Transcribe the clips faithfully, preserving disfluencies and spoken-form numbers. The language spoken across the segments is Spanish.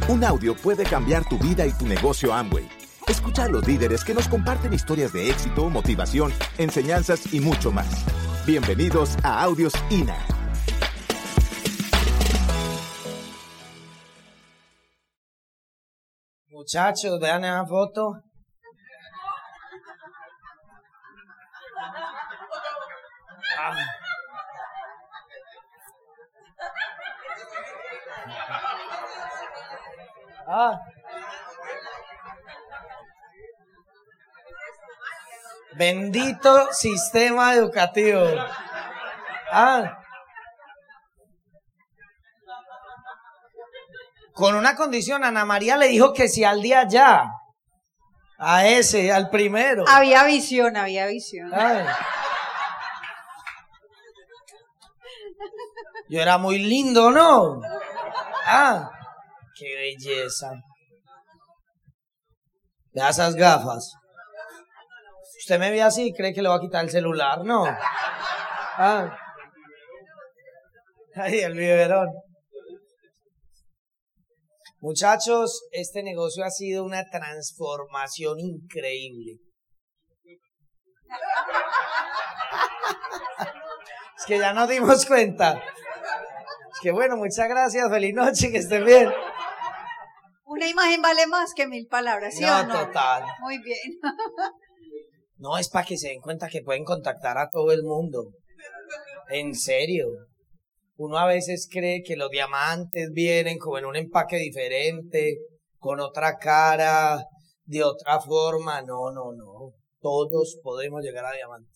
Un audio puede cambiar tu vida y tu negocio Amway. Escucha a los líderes que nos comparten historias de éxito, motivación, enseñanzas y mucho más. Bienvenidos a Audios I N A. Muchachos, vean esa foto. Ah. Ah. Bendito sistema educativo. Ah. Con una condición, Ana María le dijo que si al día ya. A ese, al primero. Había visión, había visión. Ay. Yo era muy lindo, ¿no? Ah, qué belleza. Vea esas gafas. Usted me ve así y cree que le va a quitar el celular, ¿no? Ah. Ay, el biberón. Muchachos, este negocio ha sido una transformación increíble. Es que ya nos dimos cuenta. Es que bueno, muchas gracias, feliz noche, que estén bien. Una imagen vale más que mil palabras, ¿sí No, o no? total. Muy bien. No, es para que se den cuenta que pueden contactar a todo el mundo. En serio. Uno a veces cree que los diamantes vienen como en un empaque diferente, con otra cara, de otra forma. No, no, no. Todos podemos llegar a diamante.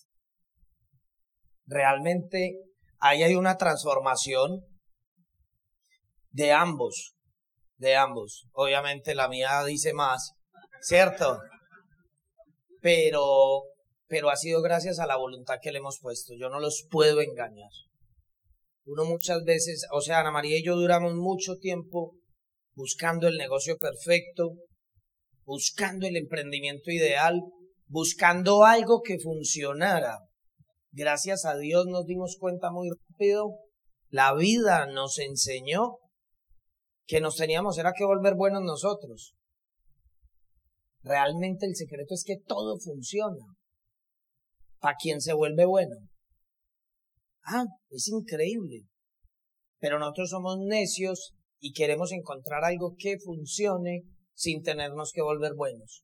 Realmente ahí hay una transformación de ambos, de ambos. Obviamente la mía dice más, ¿cierto? Pero, pero ha sido gracias a la voluntad que le hemos puesto. Yo no los puedo engañar. Uno muchas veces, o sea, Ana María y yo duramos mucho tiempo buscando el negocio perfecto, buscando el emprendimiento ideal, buscando algo que funcionara. Gracias a Dios nos dimos cuenta muy rápido, la vida nos enseñó que nos teníamos era que volver buenos nosotros. Realmente el secreto es que todo funciona para quien se vuelve bueno. Ah, es increíble. Pero nosotros somos necios y queremos encontrar algo que funcione sin tenernos que volver buenos.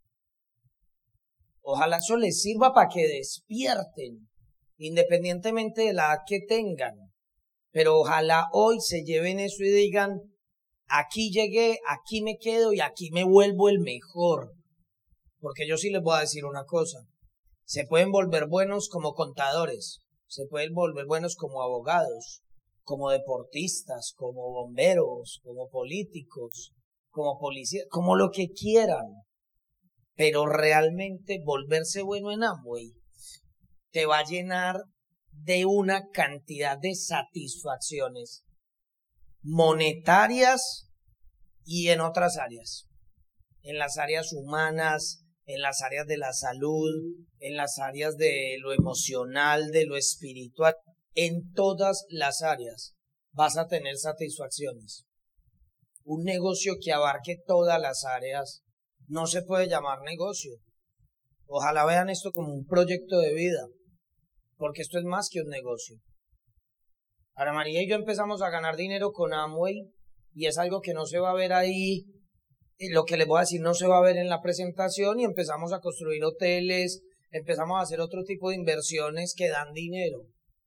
Ojalá eso les sirva para que despierten, independientemente de la edad que tengan. Pero ojalá hoy se lleven eso y digan, aquí llegué, aquí me quedo y aquí me vuelvo el mejor. Porque yo sí les voy a decir una cosa. Se pueden volver buenos como contadores. Se pueden volver buenos como abogados, como deportistas, como bomberos, como políticos, como policías, como lo que quieran. Pero realmente volverse bueno en Amway te va a llenar de una cantidad de satisfacciones monetarias y en otras áreas. En las áreas humanas, en las áreas de la salud, en las áreas de lo emocional, de lo espiritual, en todas las áreas vas a tener satisfacciones. Un negocio que abarque todas las áreas no se puede llamar negocio. Ojalá vean esto como un proyecto de vida, porque esto es más que un negocio. Ana María y yo empezamos a ganar dinero con Amway y es algo que no se va a ver ahí. Lo que les voy a decir no se va a ver en la presentación y empezamos a construir hoteles, empezamos a hacer otro tipo de inversiones que dan dinero,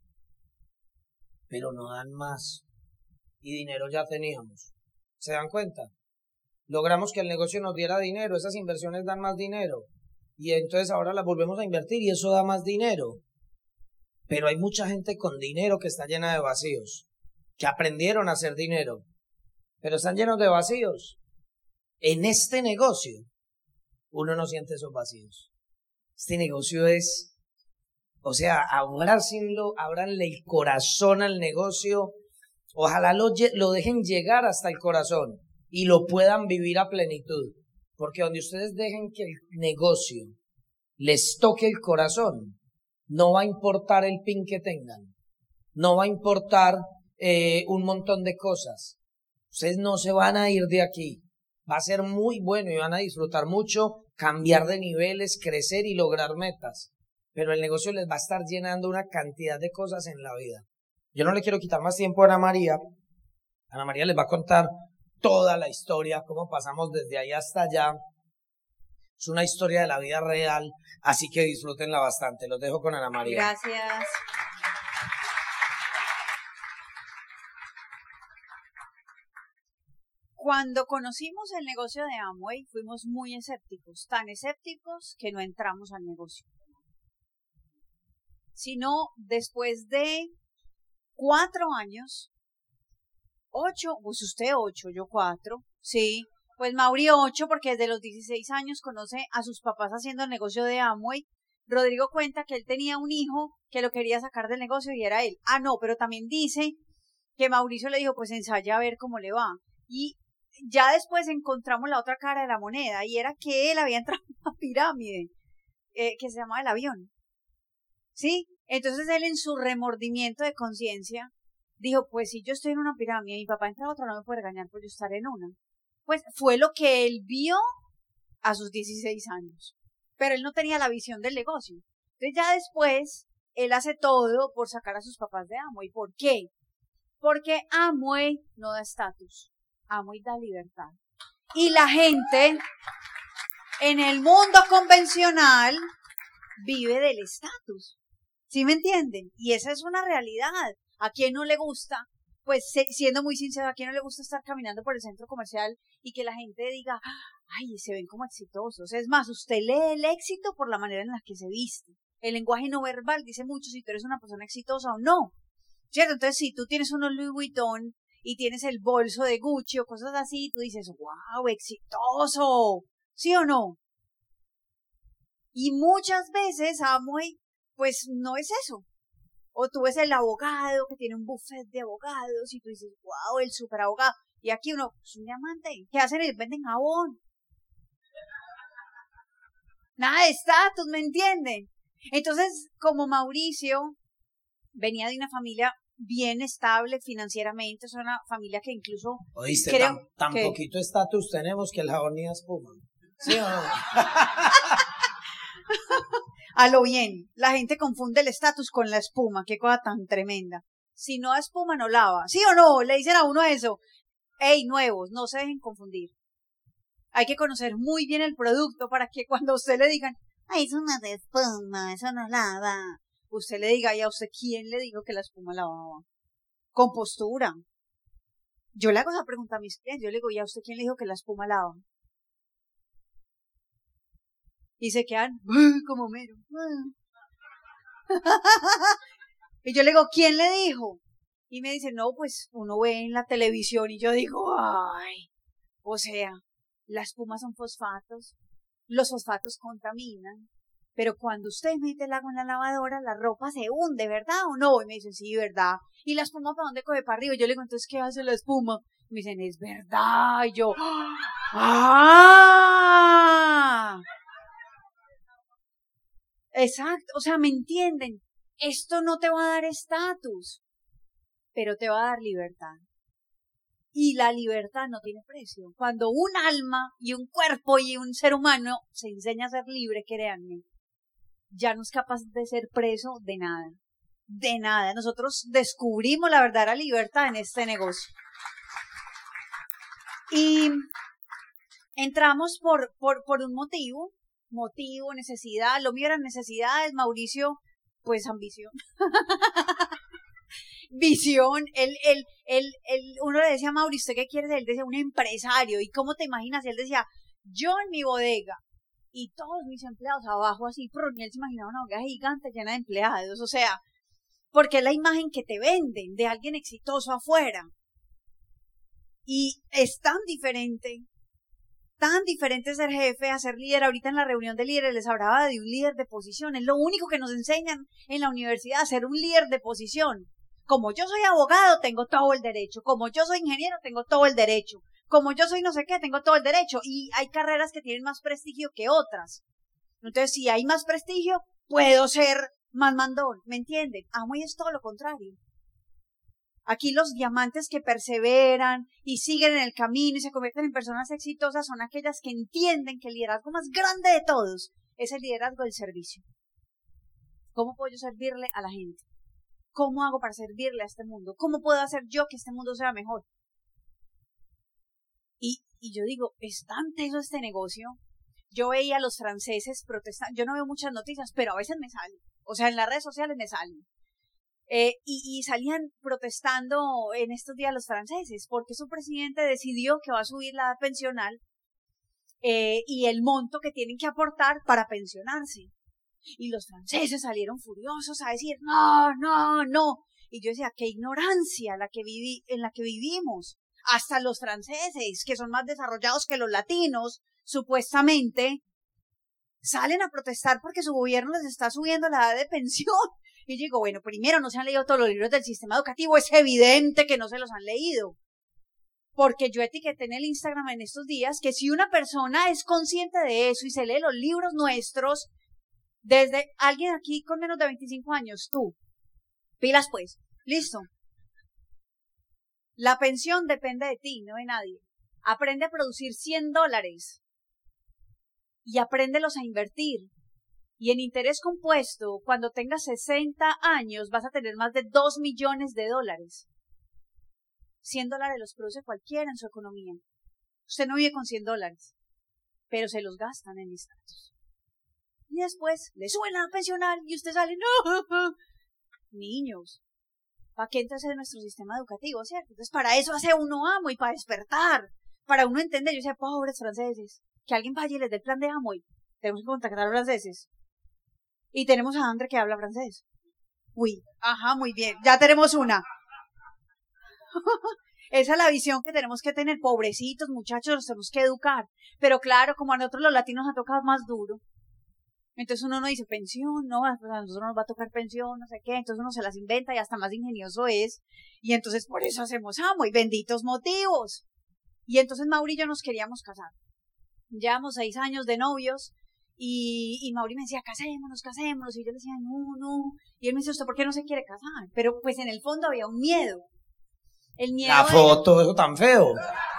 pero no dan más y dinero ya teníamos. ¿Se dan cuenta? Logramos que el negocio nos diera dinero, esas inversiones dan más dinero y entonces ahora las volvemos a invertir y eso da más dinero. Pero hay mucha gente con dinero que está llena de vacíos, que aprendieron a hacer dinero, pero están llenos de vacíos. En este negocio, uno no siente esos vacíos. Este negocio es, o sea, abrácenlo, ábranle el corazón al negocio. Ojalá lo, lo dejen llegar hasta el corazón y lo puedan vivir a plenitud. Porque donde ustedes dejen que el negocio les toque el corazón, no va a importar el pin que tengan. No va a importar eh, un montón de cosas. Ustedes no se van a ir de aquí. Va a ser muy bueno y van a disfrutar mucho, cambiar de niveles, crecer y lograr metas. Pero el negocio les va a estar llenando una cantidad de cosas en la vida. Yo no le quiero quitar más tiempo a Ana María. Ana María les va a contar toda la historia, cómo pasamos desde ahí hasta allá. Es una historia de la vida real, así que disfrútenla bastante. Los dejo con Ana María. Gracias. Cuando conocimos el negocio de Amway, fuimos muy escépticos, tan escépticos que no entramos al negocio. Sino después de cuatro años, ocho, pues usted ocho, yo cuatro, sí, pues Mauri ocho, porque desde los dieciséis años conoce a sus papás haciendo el negocio de Amway. Rodrigo cuenta que él tenía un hijo que lo quería sacar del negocio y era él. Ah, no, pero también dice que Mauricio le dijo, pues ensaya a ver cómo le va. Y ya después encontramos la otra cara de la moneda, y era que él había entrado en una pirámide, eh, que se llamaba el avión. ¿Sí? Entonces él, en su remordimiento de conciencia, dijo, pues si yo estoy en una pirámide y mi papá entra a otra, no me puede regañar por yo estar en una. Pues fue lo que él vio a sus dieciséis años. Pero él no tenía la visión del negocio. Entonces ya después, él hace todo por sacar a sus papás de Amway. ¿Por qué? Porque Amway no da estatus. Amway da libertad. Y la gente en el mundo convencional vive del estatus. ¿Sí me entienden? Y esa es una realidad. ¿A quién no le gusta? Pues siendo muy sincero, ¿a quién no le gusta estar caminando por el centro comercial y que la gente diga, ay, se ven como exitosos? Es más, usted lee el éxito por la manera en la que se viste. El lenguaje no verbal dice mucho si tú eres una persona exitosa o no. ¿Cierto? Entonces, si tú tienes unos Louis Vuitton y tienes el bolso de Gucci o cosas así, tú dices, wow, exitoso. ¿Sí o no? Y muchas veces, Amway, pues no es eso. O tú ves el abogado que tiene un buffet de abogados y tú dices, wow, el super abogado. Y aquí uno, es un diamante. ¿Qué hacen? Ellos venden jabón. Nada de estatus, ¿me entienden? Entonces, como Mauricio venía de una familia bien estable financieramente, es una familia que incluso... Oíste, creo tan, tan que... poquito estatus tenemos que el jabón ni espuma. ¿Sí o no? A lo bien, la gente confunde el estatus con la espuma, qué cosa tan tremenda. Si no espuma, no lava. ¿Sí o no? Le dicen a uno eso. Ey, nuevos, no se dejen confundir. Hay que conocer muy bien el producto para que cuando a usted le digan, ay, es una de espuma, eso no lava, usted le diga, ¿y a usted quién le dijo que la espuma lavaba? Con postura. Yo le hago esa pregunta a mis clientes, yo le digo, ¿y a usted quién le dijo que la espuma lava? Y se quedan como mero. Y yo le digo, ¿quién le dijo? Y me dice, no, pues uno ve en la televisión. Y yo digo, ay, o sea, las espumas son fosfatos, los fosfatos contaminan, pero cuando usted mete el agua en la lavadora, la ropa se hunde, ¿verdad o no? Y me dicen, sí, ¿verdad? ¿Y la espuma para dónde coge? Para arriba. Y yo le digo, entonces, ¿qué hace la espuma? Y me dicen, es verdad. Y yo, ¡ah! Exacto, o sea, ¿me entienden? Esto no te va a dar estatus, pero te va a dar libertad. Y la libertad no tiene precio. Cuando un alma y un cuerpo y un ser humano se enseña a ser libre, créanme, ya no es capaz de ser preso de nada. De nada. Nosotros descubrimos la verdadera libertad en este negocio. Y entramos por, por, por un motivo. Motivo, necesidad, lo mío eran necesidades, Mauricio, pues ambición. Visión, él, él, él, él, uno le decía a Mauricio, ¿usted qué quiere ser? Él decía, un empresario, ¿y cómo te imaginas? Y él decía, yo en mi bodega, y todos mis empleados abajo así, y él se imaginaba una bodega gigante llena de empleados, o sea, porque es la imagen que te venden de alguien exitoso afuera. Y es tan diferente Tan diferente ser jefe a ser líder. Ahorita en la reunión de líderes les hablaba de un líder de posición. Es lo único que nos enseñan en la universidad, ser un líder de posición. Como yo soy abogado, tengo todo el derecho. Como yo soy ingeniero, tengo todo el derecho. Como yo soy no sé qué, tengo todo el derecho. Y hay carreras que tienen más prestigio que otras. Entonces, si hay más prestigio, puedo ser más mandón. ¿Me entienden? Amway es todo lo contrario. Aquí los diamantes que perseveran y siguen en el camino y se convierten en personas exitosas son aquellas que entienden que el liderazgo más grande de todos es el liderazgo del servicio. ¿Cómo puedo yo servirle a la gente? ¿Cómo hago para servirle a este mundo? ¿Cómo puedo hacer yo que este mundo sea mejor? Y, y yo digo, es tan teso este negocio. Yo veía a los franceses protestar. Yo no veo muchas noticias, pero a veces me salen. O sea, en las redes sociales me salen. Eh, y, y salían protestando en estos días los franceses, porque su presidente decidió que va a subir la edad pensional eh, y el monto que tienen que aportar para pensionarse. Y los franceses salieron furiosos a decir, no, no, no. Y yo decía, qué ignorancia la que viví, en la que vivimos. Hasta los franceses, que son más desarrollados que los latinos, supuestamente, salen a protestar porque su gobierno les está subiendo la edad de pensión. Y digo, bueno, primero no se han leído todos los libros del sistema educativo, es evidente que no se los han leído. Porque yo etiqueté en el Instagram en estos días que si una persona es consciente de eso y se lee los libros nuestros, desde alguien aquí con menos de veinticinco años, tú, pilas pues, listo. La pensión depende de ti, no de nadie. Aprende a producir cien dólares y apréndelos a invertir. Y en interés compuesto, cuando tengas sesenta años, vas a tener más de dos millones de dólares. cien dólares los produce cualquiera en su economía. Usted no vive con cien dólares, pero se los gastan en instantes. Y después le suben la pensional y usted sale, no, niños. ¿Para qué entra en nuestro sistema educativo, cierto? Entonces, para eso hace uno amo y para despertar, para uno entender. Yo decía, pobres franceses, que alguien vaya y les dé el plan de amo y tenemos que contactar a los franceses. Y tenemos a André que habla francés. Uy, ajá, muy bien, ya tenemos una. Esa es la visión que tenemos que tener, pobrecitos muchachos, los tenemos que educar. Pero claro, como a nosotros los latinos nos ha tocado más duro. Entonces uno no dice pensión, no, pues a nosotros nos va a tocar pensión, no sé qué, entonces uno se las inventa y hasta más ingenioso es, y entonces por eso hacemos amo, y benditos motivos. Y entonces Mauri y yo nos queríamos casar. Llevamos seis años de novios, y, y Mauri me decía, casémonos, casémonos, y yo le decía, no, no, y él me decía, ¿usted por qué no se quiere casar? Pero pues en el fondo había un miedo. El miedo La foto, era... eso tan feo.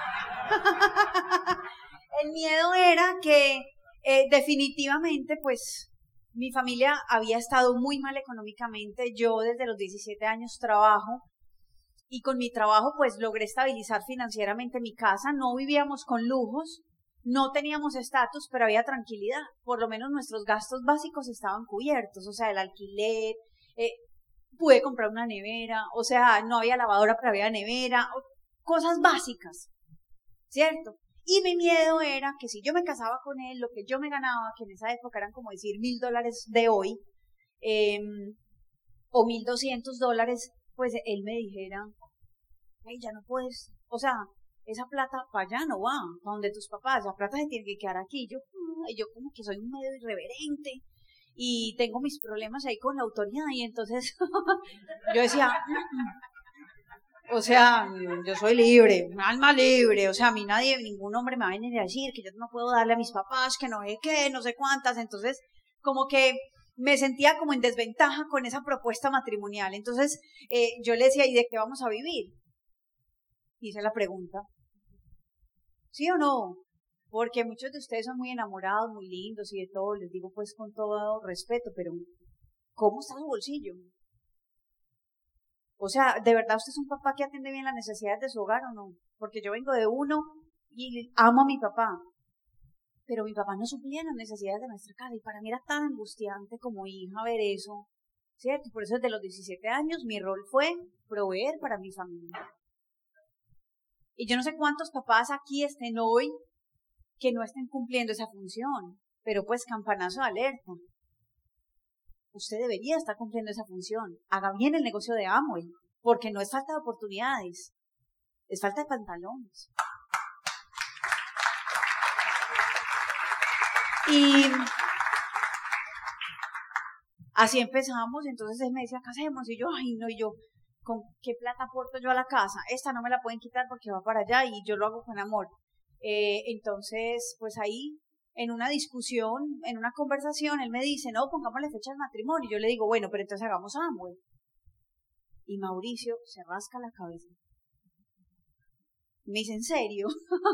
El miedo era que Eh, definitivamente, pues, mi familia había estado muy mal económicamente. Yo desde los diecisiete años trabajo y con mi trabajo, pues, logré estabilizar financieramente mi casa. No vivíamos con lujos, no teníamos estatus, pero había tranquilidad. Por lo menos nuestros gastos básicos estaban cubiertos, o sea, el alquiler, eh, pude comprar una nevera, o sea, no había lavadora, pero había nevera, cosas básicas, ¿cierto? Y mi miedo era que si yo me casaba con él, lo que yo me ganaba, que en esa época eran como decir mil dólares de hoy, eh, o mil doscientos dólares, pues él me dijera, hey, ya no puedes, o sea, esa plata para allá no va, para donde tus papás, la plata se tiene que quedar aquí. Yo, y yo como que soy un medio irreverente y tengo mis problemas ahí con la autoridad y entonces yo decía... O sea, yo soy libre, un alma libre, o sea, a mí nadie, ningún hombre me va a venir a decir que yo no puedo darle a mis papás, que no sé qué, no sé cuántas, entonces como que me sentía como en desventaja con esa propuesta matrimonial, entonces eh, yo le decía, ¿y de qué vamos a vivir? Hice la pregunta, ¿sí o no? Porque muchos de ustedes son muy enamorados, muy lindos y de todo, les digo pues con todo respeto, pero ¿cómo está su bolsillo? O sea, ¿de verdad usted es un papá que atiende bien las necesidades de su hogar o no? Porque yo vengo de uno y amo a mi papá, pero mi papá no suplía las necesidades de nuestra casa y para mí era tan angustiante como hija ver eso, ¿cierto? Por eso desde los diecisiete años mi rol fue proveer para mi familia. Y yo no sé cuántos papás aquí estén hoy que no estén cumpliendo esa función, pero pues campanazo de alerta. Usted debería estar cumpliendo esa función. Haga bien el negocio de Amway, porque no es falta de oportunidades, es falta de pantalones. Y así empezamos, entonces él me decía, casémonos, y yo, ay no, y yo, ¿con qué plata aporto yo a la casa? Esta no me la pueden quitar porque va para allá y yo lo hago con amor. Eh, entonces, pues ahí... en una discusión, en una conversación, él me dice, no, pongámosle fecha al matrimonio. Y yo le digo, bueno, pero entonces hagamos Amway. Y Mauricio se rasca la cabeza. Me dice, ¿en serio?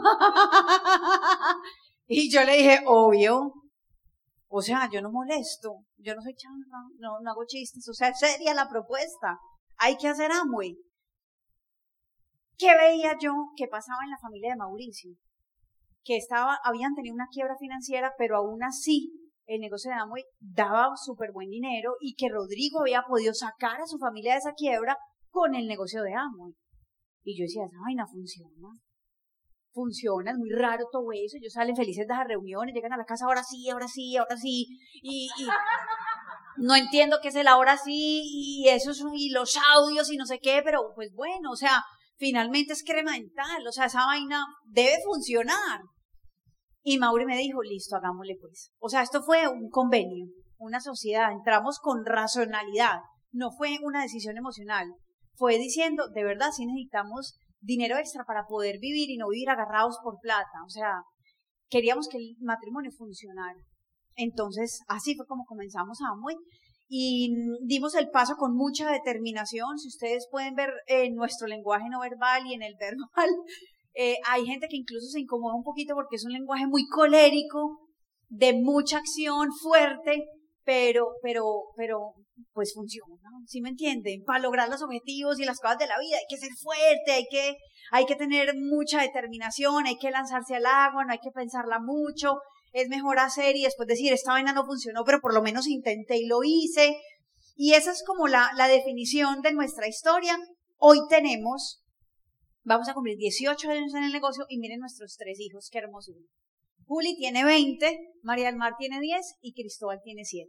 Y yo le dije, obvio. O sea, yo no molesto, yo no soy changa, no, no hago chistes, o sea, es seria la propuesta. Hay que hacer Amway. ¿Qué veía yo que pasaba en la familia de Mauricio? Que estaba, habían tenido una quiebra financiera, pero aún así el negocio de Amway daba súper buen dinero y que Rodrigo había podido sacar a su familia de esa quiebra con el negocio de Amway. Y yo decía, esa vaina funciona. Funciona, es muy raro todo eso. Ellos salen felices de las reuniones, llegan a la casa, ahora sí, ahora sí, ahora sí. Y, y no entiendo qué es el ahora sí, y eso es, y los audios y no sé qué, pero pues bueno, o sea, finalmente es crema dental, o sea, esa vaina debe funcionar. Y Mauri me dijo, listo, hagámosle pues. O sea, esto fue un convenio, una sociedad, entramos con racionalidad, no fue una decisión emocional. Fue diciendo, de verdad, sí necesitamos dinero extra para poder vivir y no vivir agarrados por plata. O sea, queríamos que el matrimonio funcionara. Entonces, así fue como comenzamos Amway y dimos el paso con mucha determinación. Si ustedes pueden ver en nuestro lenguaje no verbal y en el verbal, eh, hay gente que incluso se incomoda un poquito porque es un lenguaje muy colérico, de mucha acción fuerte, pero, pero, pero, pues funciona, ¿sí me entienden? Para lograr los objetivos y las cosas de la vida hay que ser fuerte, hay que, hay que tener mucha determinación, hay que lanzarse al agua, no hay que pensarla mucho, es mejor hacer y después decir, esta vaina no funcionó, pero por lo menos intenté y lo hice. Y esa es como la, la definición de nuestra historia. Hoy tenemos, vamos a cumplir dieciocho años en el negocio y miren nuestros tres hijos, qué hermosura. Juli tiene veinte, María del Mar tiene diez y Cristóbal tiene siete.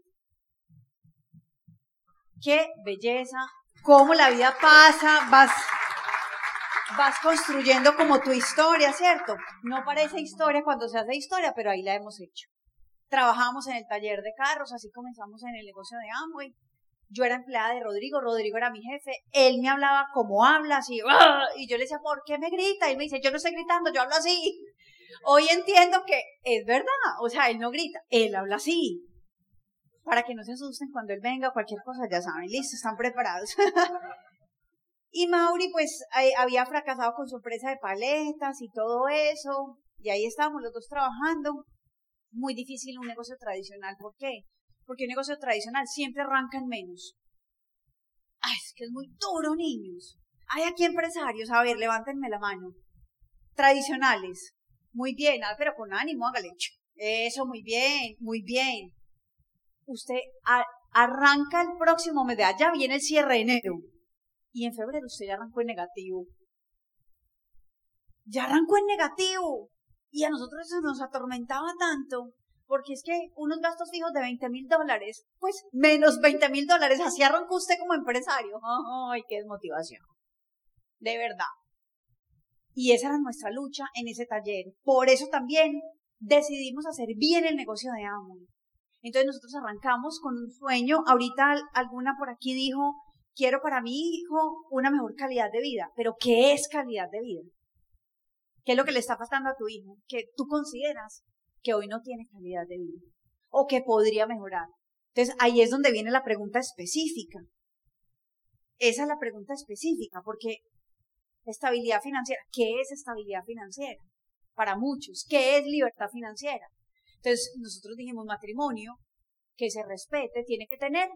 Qué belleza, cómo la vida pasa, vas, vas construyendo como tu historia, ¿cierto? No parece historia cuando se hace historia, pero ahí la hemos hecho. Trabajamos en el taller de carros, así comenzamos en el negocio de Amway. Yo era empleada de Rodrigo, Rodrigo era mi jefe, él me hablaba como habla, así, ¡ah! Y yo le decía, ¿por qué me grita? Y él me dice, yo no estoy gritando, yo hablo así. Hoy entiendo que es verdad, o sea, él no grita, él habla así. Para que no se asusten cuando él venga, cualquier cosa, ya saben, listo, están preparados. Y Mauri, pues, había fracasado con su empresa de paletas y todo eso, y ahí estábamos los dos trabajando. Muy difícil un negocio tradicional, ¿por qué? Porque un negocio tradicional siempre arranca en menos. Ay, es que es muy duro, niños. Hay aquí empresarios, a ver, levántenme la mano. Tradicionales, muy bien, pero con ánimo, hágale. Eso, muy bien, muy bien. Usted a, arranca el próximo mes, de allá viene el cierre de enero, y en febrero usted ya arrancó en negativo. Ya arrancó en negativo, y a nosotros eso nos atormentaba tanto, porque es que unos gastos fijos de veinte mil dólares, pues menos veinte mil dólares, así arrancó usted como empresario. Ay, qué desmotivación, de verdad. Y esa era nuestra lucha en ese taller. Por eso también decidimos hacer bien el negocio de Amway. Entonces nosotros arrancamos con un sueño. Ahorita alguna por aquí dijo, quiero para mi hijo una mejor calidad de vida. ¿Pero qué es calidad de vida? ¿Qué es lo que le está pasando a tu hijo? Que tú consideras que hoy no tiene calidad de vida o que podría mejorar. Entonces ahí es donde viene la pregunta específica. Esa es la pregunta específica, porque estabilidad financiera, ¿qué es estabilidad financiera? Para muchos, ¿qué es libertad financiera? Entonces, nosotros dijimos matrimonio, que se respete, tiene que tener,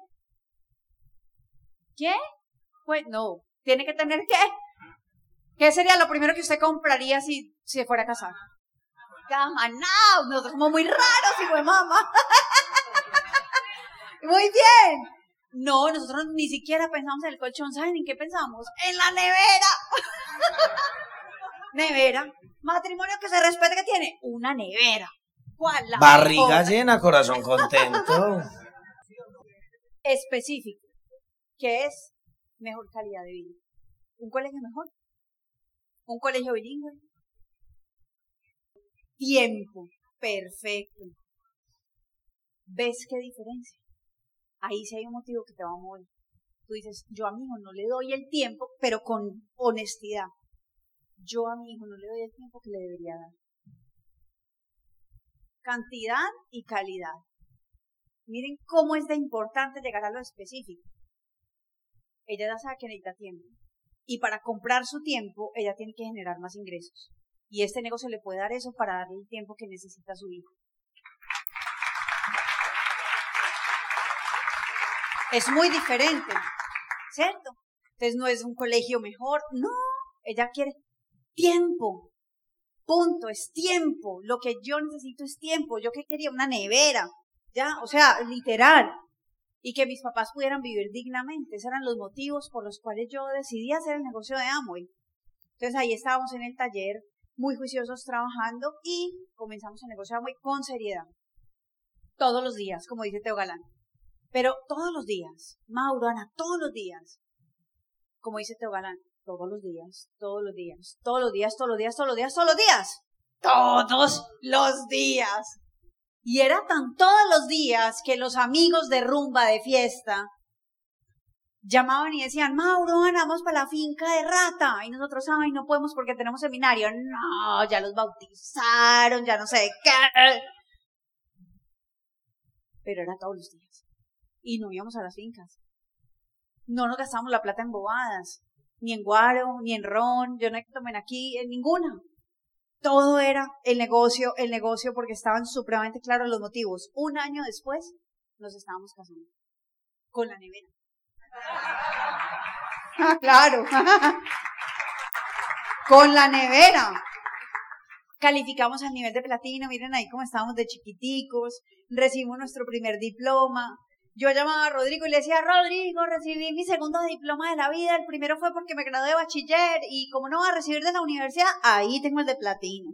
¿qué? Pues no, tiene que tener ¿qué? ¿Qué sería lo primero que usted compraría si se fuera a casar? Cama, no, nosotros somos muy raros, hijo de mamá. Muy bien. No, nosotros ni siquiera pensamos en el colchón, ¿saben en qué pensamos? En la nevera. Nevera. Matrimonio que se respete, que tiene una nevera. ¿Cuál? La barriga mejor? Llena, corazón contento. Específico. ¿Qué es mejor calidad de vida? ¿Un colegio mejor? ¿Un colegio bilingüe? Tiempo. Perfecto. ¿Ves qué diferencia? Ahí sí hay un motivo que te va a mover. Tú dices, yo a mi hijo no le doy el tiempo, pero con honestidad. Yo a mi hijo no le doy el tiempo que le debería dar. Cantidad y calidad. Miren cómo es de importante llegar a lo específico. ella ya sabe que necesita tiempo. Y para comprar su tiempo, ella tiene que generar más ingresos. Y este negocio le puede dar eso para darle el tiempo que necesita su hijo. Es muy diferente, ¿cierto? Entonces no es un colegio mejor, no, ella quiere tiempo, punto, es tiempo, lo que yo necesito es tiempo, yo que quería una nevera, ya, o sea, literal, y que mis papás pudieran vivir dignamente, esos eran los motivos por los cuales yo decidí hacer el negocio de Amway. Entonces ahí estábamos en el taller, muy juiciosos trabajando y comenzamos el negocio de Amway con seriedad, todos los días, como dice Teo Galán. Pero todos los días, Mauro, Ana, todos los días, como dice Teo Galán, todos los días, todos los días, todos los días, todos los días, todos los días, todos los días, todos los días. Y era tan todos los días que los amigos de rumba, de fiesta, llamaban y decían, Mauro, Ana, vamos para la finca de Rata. Y nosotros, ay, no podemos porque tenemos seminario. No, ya los bautizaron, ya no sé qué. Pero era todos los días. Y no íbamos a las fincas. No nos gastábamos la plata en bobadas, ni en guaro, ni en ron, yo no tomen aquí, en ninguna. Todo era el negocio, el negocio, porque estaban supremamente claros los motivos. Un año después nos estábamos casando. Con la nevera. Claro. Con la nevera. Calificamos al nivel de platino, miren ahí cómo estábamos de chiquiticos, recibimos nuestro primer diploma. Yo llamaba a Rodrigo y le decía, Rodrigo, recibí mi segundo diploma de la vida, el primero fue porque me gradué de bachiller y como no va a recibir de la universidad, ahí tengo el de platino.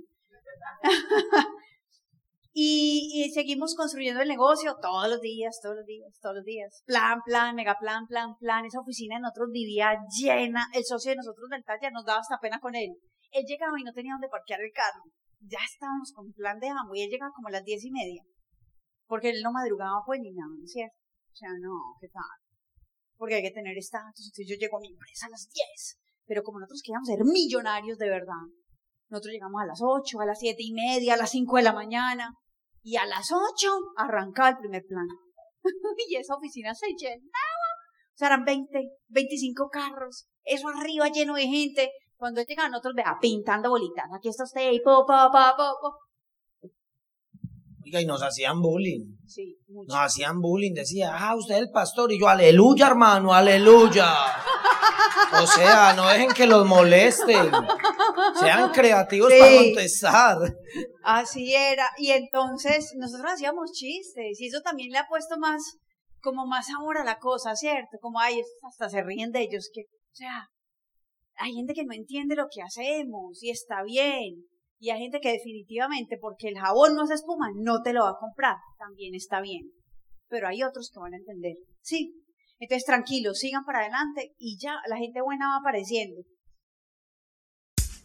y, y seguimos construyendo el negocio todos los días, todos los días, todos los días. Plan, plan, mega plan, plan, plan. Esa oficina de nosotros vivía llena, el socio de nosotros del taller nos daba hasta pena con él. Él llegaba y no tenía dónde parquear el carro. Ya estábamos con plan de Amway y él llegaba como a las diez y media. Porque él no madrugaba pues ni nada, ¿no es cierto? O sea, no, ¿qué tal? Porque hay que tener estatus. Entonces yo llego a mi empresa a las diez. Pero como nosotros queríamos ser millonarios de verdad, nosotros llegamos a las ocho, a las siete y media, a las cinco de la mañana. Y a las ocho arrancaba el primer plan. Y esa oficina se llenaba. O sea, eran veinte, veinticinco carros. Eso arriba lleno de gente. Cuando llegaban nosotros, vea, pintando bolitas. Aquí está usted, y po, po, po, po, po. Oiga, y nos hacían bullying. Sí, mucho. Nos hacían bullying, decía, ah, usted es el pastor, y yo, aleluya, hermano, aleluya. O sea, no dejen que los molesten. Sean creativos sí. Para contestar. Así era, y entonces nosotros hacíamos chistes, y eso también le ha puesto más, como más amor a la cosa, ¿cierto? Como, ay, hasta se ríen de ellos, que, o sea, hay gente que no entiende lo que hacemos, y está bien. Y hay gente que definitivamente, porque el jabón no hace espuma, no te lo va a comprar. También está bien. Pero hay otros que van a entender. Sí. Entonces, tranquilos, sigan para adelante y ya, la gente buena va apareciendo.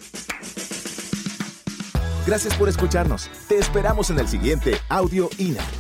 Gracias por escucharnos. Te esperamos en el siguiente Audio I N A.